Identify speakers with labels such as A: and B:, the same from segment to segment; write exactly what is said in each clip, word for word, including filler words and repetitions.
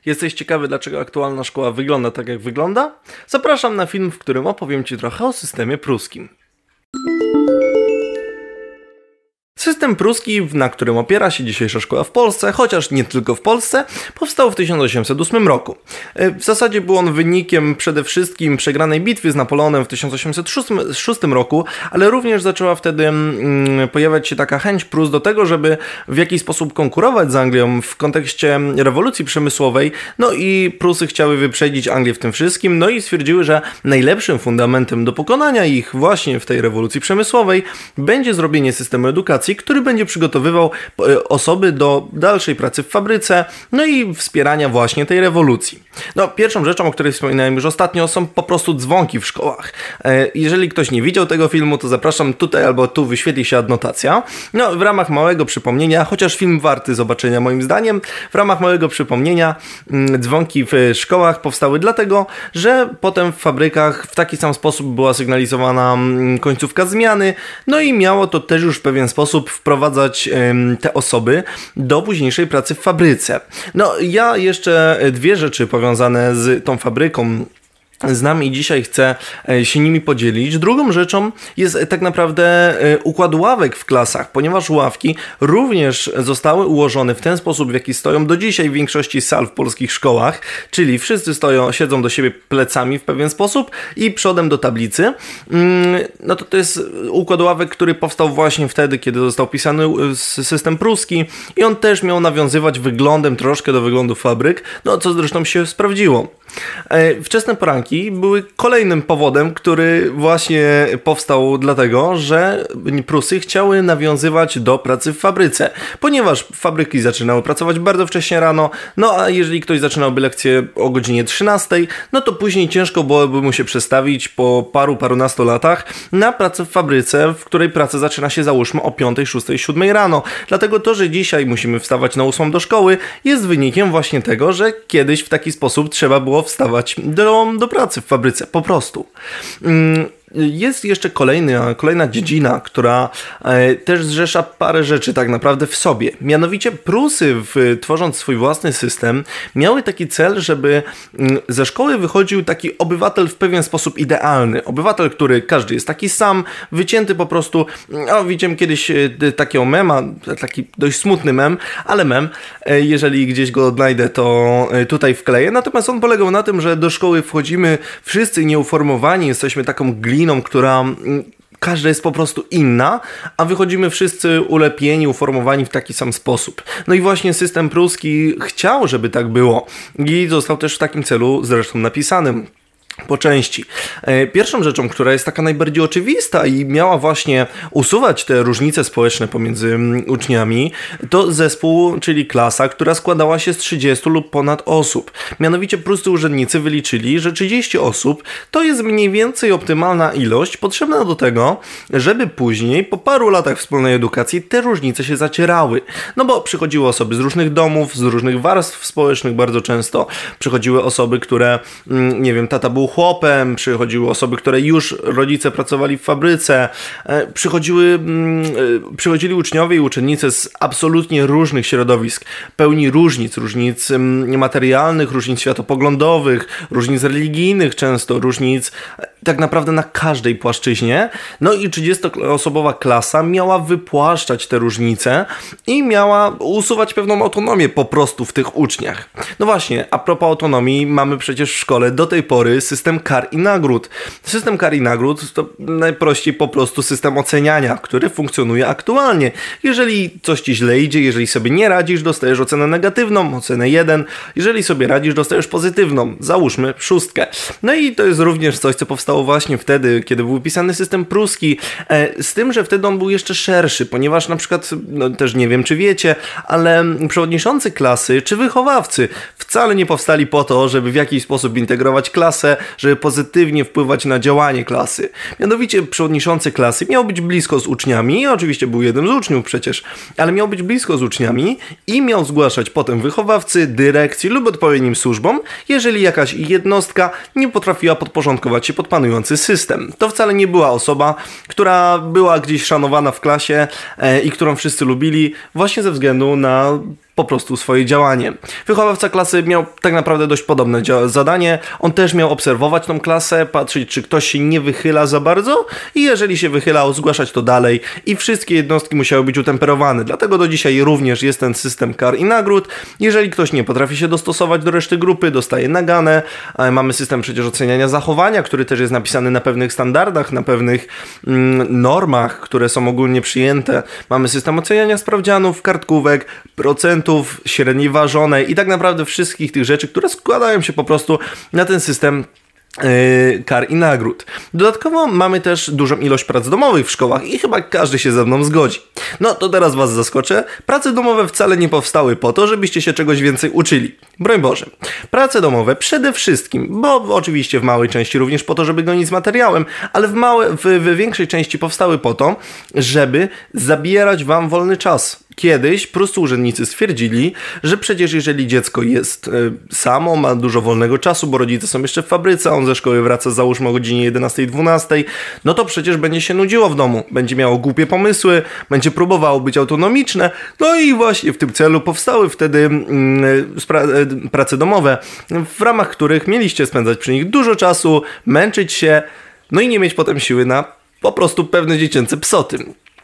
A: Jesteś ciekawy, dlaczego aktualna szkoła wygląda tak, jak wygląda? Zapraszam na film, w którym opowiem Ci trochę o systemie pruskim. System pruski, na którym opiera się dzisiejsza szkoła w Polsce, chociaż nie tylko w Polsce, powstał w tysiąc osiemset ósmym roku. W zasadzie był on wynikiem przede wszystkim przegranej bitwy z Napoleonem w tysiąc osiemset szóstym roku, ale również zaczęła wtedy mm, pojawiać się taka chęć Prus do tego, żeby w jakiś sposób konkurować z Anglią w kontekście rewolucji przemysłowej, no i Prusy chciały wyprzedzić Anglię w tym wszystkim, no i stwierdziły, że najlepszym fundamentem do pokonania ich właśnie w tej rewolucji przemysłowej będzie zrobienie systemu edukacji, który będzie przygotowywał osoby do dalszej pracy w fabryce, no i wspierania właśnie tej rewolucji. No, pierwszą rzeczą, o której wspominałem już ostatnio, są po prostu dzwonki w szkołach. Jeżeli ktoś nie widział tego filmu, to zapraszam tutaj albo tu wyświetli się adnotacja. No, w ramach małego przypomnienia, chociaż film warty zobaczenia moim zdaniem, w ramach małego przypomnienia dzwonki w szkołach powstały dlatego, że potem w fabrykach w taki sam sposób była sygnalizowana końcówka zmiany, no i miało to też już w pewien sposób wprowadzać ym, te osoby do późniejszej pracy w fabryce. No, ja jeszcze dwie rzeczy powiązane z tą fabryką znam i dzisiaj chcę się nimi podzielić. Drugą rzeczą jest tak naprawdę układ ławek w klasach, ponieważ ławki również zostały ułożone w ten sposób, w jaki stoją do dzisiaj w większości sal w polskich szkołach, czyli wszyscy stoją, siedzą do siebie plecami w pewien sposób i przodem do tablicy. No to to jest układ ławek, który powstał właśnie wtedy, kiedy został pisany system pruski i on też miał nawiązywać wyglądem troszkę do wyglądu fabryk, no co zresztą się sprawdziło. Wczesne poranki były kolejnym powodem, który właśnie powstał dlatego, że Prusy chciały nawiązywać do pracy w fabryce, ponieważ fabryki zaczynały pracować bardzo wcześnie rano, no a jeżeli ktoś zaczynałby lekcję o godzinie trzynastej, no to później ciężko byłoby mu się przestawić po paru, parunastu latach na pracę w fabryce, w której praca zaczyna się załóżmy o piątej, szóstej, siódmej rano. Dlatego to, że dzisiaj musimy wstawać na ósmą do szkoły, jest wynikiem właśnie tego, że kiedyś w taki sposób trzeba było wstawać do, do pracy w fabryce, po prostu. Jest jeszcze kolejna, kolejna dziedzina, która e, też zrzesza parę rzeczy tak naprawdę w sobie. Mianowicie Prusy, w, tworząc swój własny system, miały taki cel, żeby m, ze szkoły wychodził taki obywatel w pewien sposób idealny. Obywatel, który każdy jest taki sam, wycięty po prostu. O, widziałem kiedyś e, takiego mema, taki dość smutny mem, ale mem, e, jeżeli gdzieś go odnajdę, to e, tutaj wkleję. Natomiast on polegał na tym, że do szkoły wchodzimy wszyscy nieuformowani, jesteśmy taką gliną, która każda jest po prostu inna, a wychodzimy wszyscy ulepieni, uformowani w taki sam sposób. No i właśnie system pruski chciał, żeby tak było i został też w takim celu zresztą napisanym. Po części. Pierwszą rzeczą, która jest taka najbardziej oczywista i miała właśnie usuwać te różnice społeczne pomiędzy uczniami, to zespół, czyli klasa, która składała się z trzydziestu lub ponad osób. Mianowicie pruscy urzędnicy wyliczyli, że trzydzieści osób to jest mniej więcej optymalna ilość potrzebna do tego, żeby później, po paru latach wspólnej edukacji, te różnice się zacierały. No bo przychodziły osoby z różnych domów, z różnych warstw społecznych bardzo często. Przychodziły osoby, które, nie wiem, tata był chłopem, przychodziły osoby, które już rodzice pracowali w fabryce, przychodziły, przychodzili uczniowie i uczennice z absolutnie różnych środowisk, pełni różnic, różnic materialnych, różnic światopoglądowych, różnic religijnych często, różnic tak naprawdę na każdej płaszczyźnie. No i trzydziestoosobowa klasa miała wypłaszczać te różnice i miała usuwać pewną autonomię po prostu w tych uczniach. No właśnie, a propos autonomii, mamy przecież w szkole do tej pory system kar i nagród. System kar i nagród to najprościej po prostu system oceniania, który funkcjonuje aktualnie. Jeżeli coś ci źle idzie, jeżeli sobie nie radzisz, dostajesz ocenę negatywną, ocenę jeden. Jeżeli sobie radzisz, dostajesz pozytywną, załóżmy szóstkę. No i to jest również coś, co powstało właśnie wtedy, kiedy był pisany system pruski, z tym, że wtedy on był jeszcze szerszy, ponieważ na przykład, no też nie wiem czy wiecie, ale przewodniczący klasy czy wychowawcy wcale nie powstali po to, żeby w jakiś sposób integrować klasę, żeby pozytywnie wpływać na działanie klasy. Mianowicie przewodniczący klasy miał być blisko z uczniami, oczywiście był jednym z uczniów przecież, ale miał być blisko z uczniami i miał zgłaszać potem wychowawcy, dyrekcji lub odpowiednim służbom, jeżeli jakaś jednostka nie potrafiła podporządkować się pod panujący system. To wcale nie była osoba, która była gdzieś szanowana w klasie e, i którą wszyscy lubili właśnie ze względu na po prostu swoje działanie. Wychowawca klasy miał tak naprawdę dość podobne zadanie. On też miał obserwować tą klasę, patrzeć, czy ktoś się nie wychyla za bardzo i jeżeli się wychylał, zgłaszać to dalej i wszystkie jednostki musiały być utemperowane. Dlatego do dzisiaj również jest ten system kar i nagród. Jeżeli ktoś nie potrafi się dostosować do reszty grupy, dostaje naganę. Mamy system przecież oceniania zachowania, który też jest napisany na pewnych standardach, na pewnych mm, normach, które są ogólnie przyjęte. Mamy system oceniania sprawdzianów, kartkówek, procentów, średniej ważonej i tak naprawdę wszystkich tych rzeczy, które składają się po prostu na ten system Yy, kar i nagród. Dodatkowo mamy też dużą ilość prac domowych w szkołach i chyba każdy się ze mną zgodzi. No to teraz was zaskoczę. Prace domowe wcale nie powstały po to, żebyście się czegoś więcej uczyli. Broń Boże. Prace domowe przede wszystkim, bo oczywiście w małej części również po to, żeby gonić z materiałem, ale w, małe, w, w większej części powstały po to, żeby zabierać wam wolny czas. Kiedyś pruscy urzędnicy stwierdzili, że przecież jeżeli dziecko jest y, samo, ma dużo wolnego czasu, bo rodzice są jeszcze w fabryce, on ze szkoły wraca załóżmy o godzinie jedenastej dwunastej, no to przecież będzie się nudziło w domu, będzie miało głupie pomysły, będzie próbowało być autonomiczne, no i właśnie w tym celu powstały wtedy y, y, prace domowe, w ramach których mieliście spędzać przy nich dużo czasu, męczyć się, no i nie mieć potem siły na po prostu pewne dziecięce psoty.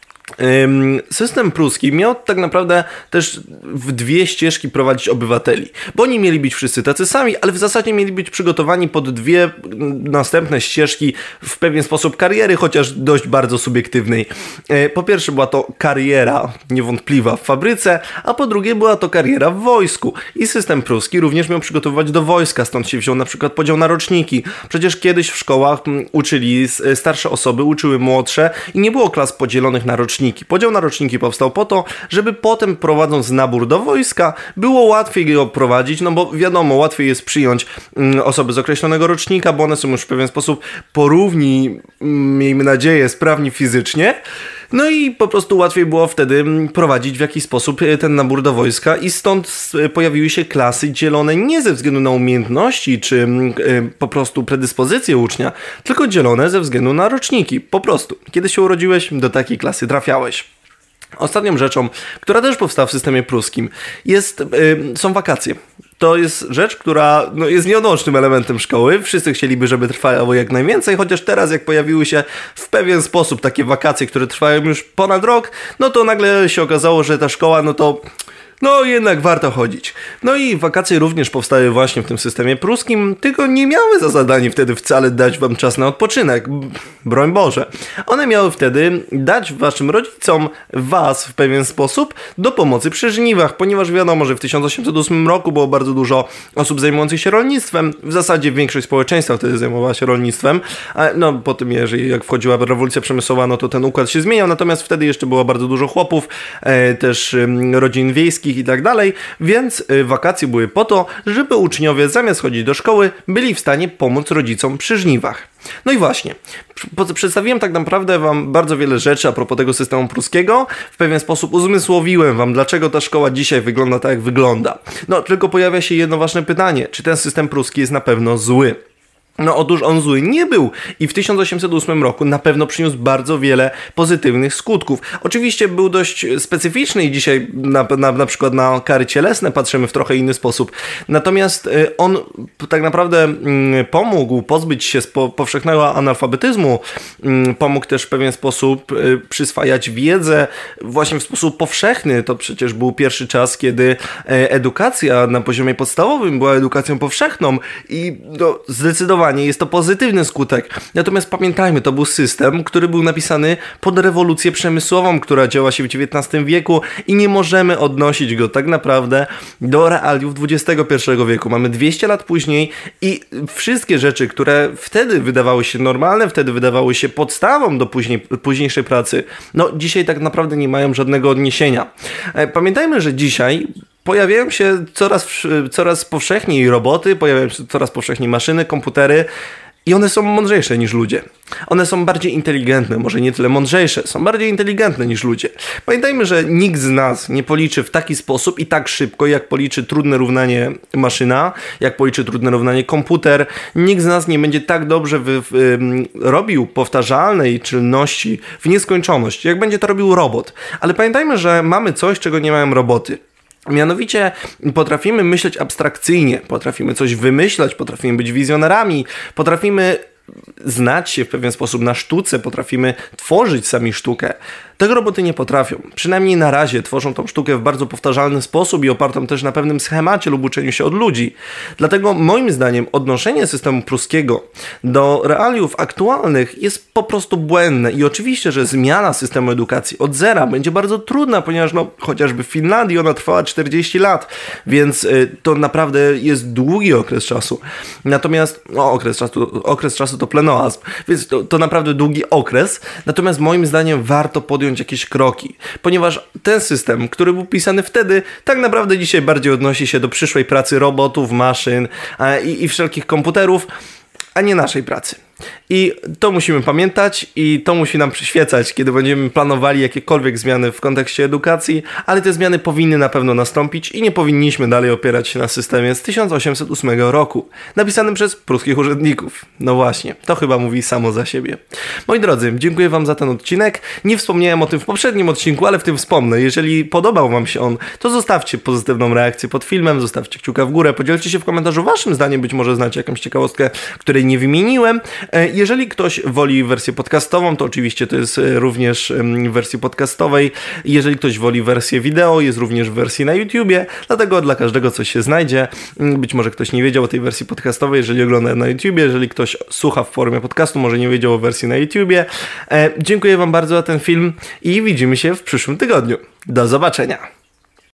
A: System pruski miał tak naprawdę też w dwie ścieżki prowadzić obywateli, bo oni mieli być wszyscy tacy sami, ale w zasadzie mieli być przygotowani pod dwie następne ścieżki w pewien sposób kariery, chociaż dość bardzo subiektywnej. Po pierwsze była to kariera niewątpliwa w fabryce, a po drugie była to kariera w wojsku i system pruski również miał przygotowywać do wojska, stąd się wziął na przykład podział na roczniki. Przecież kiedyś w szkołach uczyli starsze osoby, uczyły młodsze i nie było klas podzielonych na roczniki. Podział na roczniki powstał po to, żeby potem prowadząc nabór do wojska było łatwiej go prowadzić, no bo wiadomo, łatwiej jest przyjąć mm, osoby z określonego rocznika, bo one są już w pewien sposób porówni, miejmy nadzieję, sprawni fizycznie. No i po prostu łatwiej było wtedy prowadzić w jakiś sposób ten nabór do wojska i stąd pojawiły się klasy dzielone nie ze względu na umiejętności czy po prostu predyspozycje ucznia, tylko dzielone ze względu na roczniki. Po prostu. Kiedy się urodziłeś, do takiej klasy trafiałeś. Ostatnią rzeczą, która też powstała w systemie pruskim, jest, yy, są wakacje. To jest rzecz, która no, jest nieodłącznym elementem szkoły. Wszyscy chcieliby, żeby trwało jak najwięcej, chociaż teraz jak pojawiły się w pewien sposób takie wakacje, które trwają już ponad rok, no to nagle się okazało, że ta szkoła, no to... No jednak warto chodzić. No i wakacje również powstały właśnie w tym systemie pruskim, tylko nie miały za zadanie wtedy wcale dać wam czas na odpoczynek. Broń Boże. One miały wtedy dać waszym rodzicom was w pewien sposób do pomocy przy żniwach, ponieważ wiadomo, że w tysiąc osiemset ósmym roku było bardzo dużo osób zajmujących się rolnictwem. W zasadzie większość społeczeństwa wtedy zajmowała się rolnictwem. No po tym, jeżeli jak wchodziła rewolucja przemysłowa, no to ten układ się zmieniał, natomiast wtedy jeszcze było bardzo dużo chłopów, e, też e, rodzin wiejskich i tak dalej, więc wakacje były po to, żeby uczniowie zamiast chodzić do szkoły byli w stanie pomóc rodzicom przy żniwach. No i właśnie, przedstawiłem tak naprawdę wam bardzo wiele rzeczy a propos tego systemu pruskiego, w pewien sposób uzmysłowiłem wam, dlaczego ta szkoła dzisiaj wygląda tak, jak wygląda. No, tylko pojawia się jedno ważne pytanie, czy ten system pruski jest na pewno zły? No otóż on zły nie był i w tysiąc osiemset ósmym roku na pewno przyniósł bardzo wiele pozytywnych skutków. Oczywiście był dość specyficzny i dzisiaj na, na, na przykład na kary cielesne patrzymy w trochę inny sposób. Natomiast on tak naprawdę pomógł pozbyć się z po, powszechnego analfabetyzmu, pomógł też w pewien sposób przyswajać wiedzę właśnie w sposób powszechny. To przecież był pierwszy czas, kiedy edukacja na poziomie podstawowym była edukacją powszechną i no, zdecydowanie jest to pozytywny skutek. Natomiast pamiętajmy, to był system, który był napisany pod rewolucję przemysłową, która działa się w dziewiętnastym wieku i nie możemy odnosić go tak naprawdę do realiów dwudziestego pierwszego wieku. Mamy dwieście lat później i wszystkie rzeczy, które wtedy wydawały się normalne, wtedy wydawały się podstawą do później, późniejszej pracy, no dzisiaj tak naprawdę nie mają żadnego odniesienia. Pamiętajmy, że dzisiaj pojawiają się coraz, coraz powszechniej roboty, pojawiają się coraz powszechniej maszyny, komputery i one są mądrzejsze niż ludzie. One są bardziej inteligentne, może nie tyle mądrzejsze, są bardziej inteligentne niż ludzie. Pamiętajmy, że nikt z nas nie policzy w taki sposób i tak szybko, jak policzy trudne równanie maszyna, jak policzy trudne równanie komputer. Nikt z nas nie będzie tak dobrze wy, wy, robił powtarzalnej czynności w nieskończoność, jak będzie to robił robot. Ale pamiętajmy, że mamy coś, czego nie mają roboty. Mianowicie potrafimy myśleć abstrakcyjnie, potrafimy coś wymyślać, potrafimy być wizjonerami, potrafimy znać się w pewien sposób na sztuce, potrafimy tworzyć sami sztukę. Tego roboty nie potrafią. Przynajmniej na razie tworzą tą sztukę w bardzo powtarzalny sposób i opartą też na pewnym schemacie lub uczeniu się od ludzi. Dlatego moim zdaniem odnoszenie systemu pruskiego do realiów aktualnych jest po prostu błędne i oczywiście, że zmiana systemu edukacji od zera będzie bardzo trudna, ponieważ no, chociażby w Finlandii ona trwała czterdzieści lat, więc y, to naprawdę jest długi okres czasu. Natomiast, no okres czasu, okres czasu to plenoazm, więc to, to naprawdę długi okres, natomiast moim zdaniem warto podjąć jakieś kroki, ponieważ ten system, który był pisany wtedy, tak naprawdę dzisiaj bardziej odnosi się do przyszłej pracy robotów, maszyn a, i, i wszelkich komputerów, a nie naszej pracy. I to musimy pamiętać i to musi nam przyświecać, kiedy będziemy planowali jakiekolwiek zmiany w kontekście edukacji, ale te zmiany powinny na pewno nastąpić i nie powinniśmy dalej opierać się na systemie z tysiąc osiemset ósmego roku, napisanym przez pruskich urzędników. No właśnie, to chyba mówi samo za siebie. Moi drodzy, dziękuję wam za ten odcinek. Nie wspomniałem o tym w poprzednim odcinku, ale w tym wspomnę. Jeżeli podobał wam się on, to zostawcie pozytywną reakcję pod filmem, zostawcie kciuka w górę, podzielcie się w komentarzu waszym zdaniem, być może znacie jakąś ciekawostkę, której nie wymieniłem. Jeżeli ktoś woli wersję podcastową, to oczywiście to jest również w wersji podcastowej. Jeżeli ktoś woli wersję wideo, jest również w wersji na YouTubie, dlatego dla każdego coś się znajdzie. Być może ktoś nie wiedział o tej wersji podcastowej, jeżeli ogląda na YouTubie, jeżeli ktoś słucha w formie podcastu, może nie wiedział o wersji na YouTubie. Dziękuję wam bardzo za ten film i widzimy się w przyszłym tygodniu. Do zobaczenia!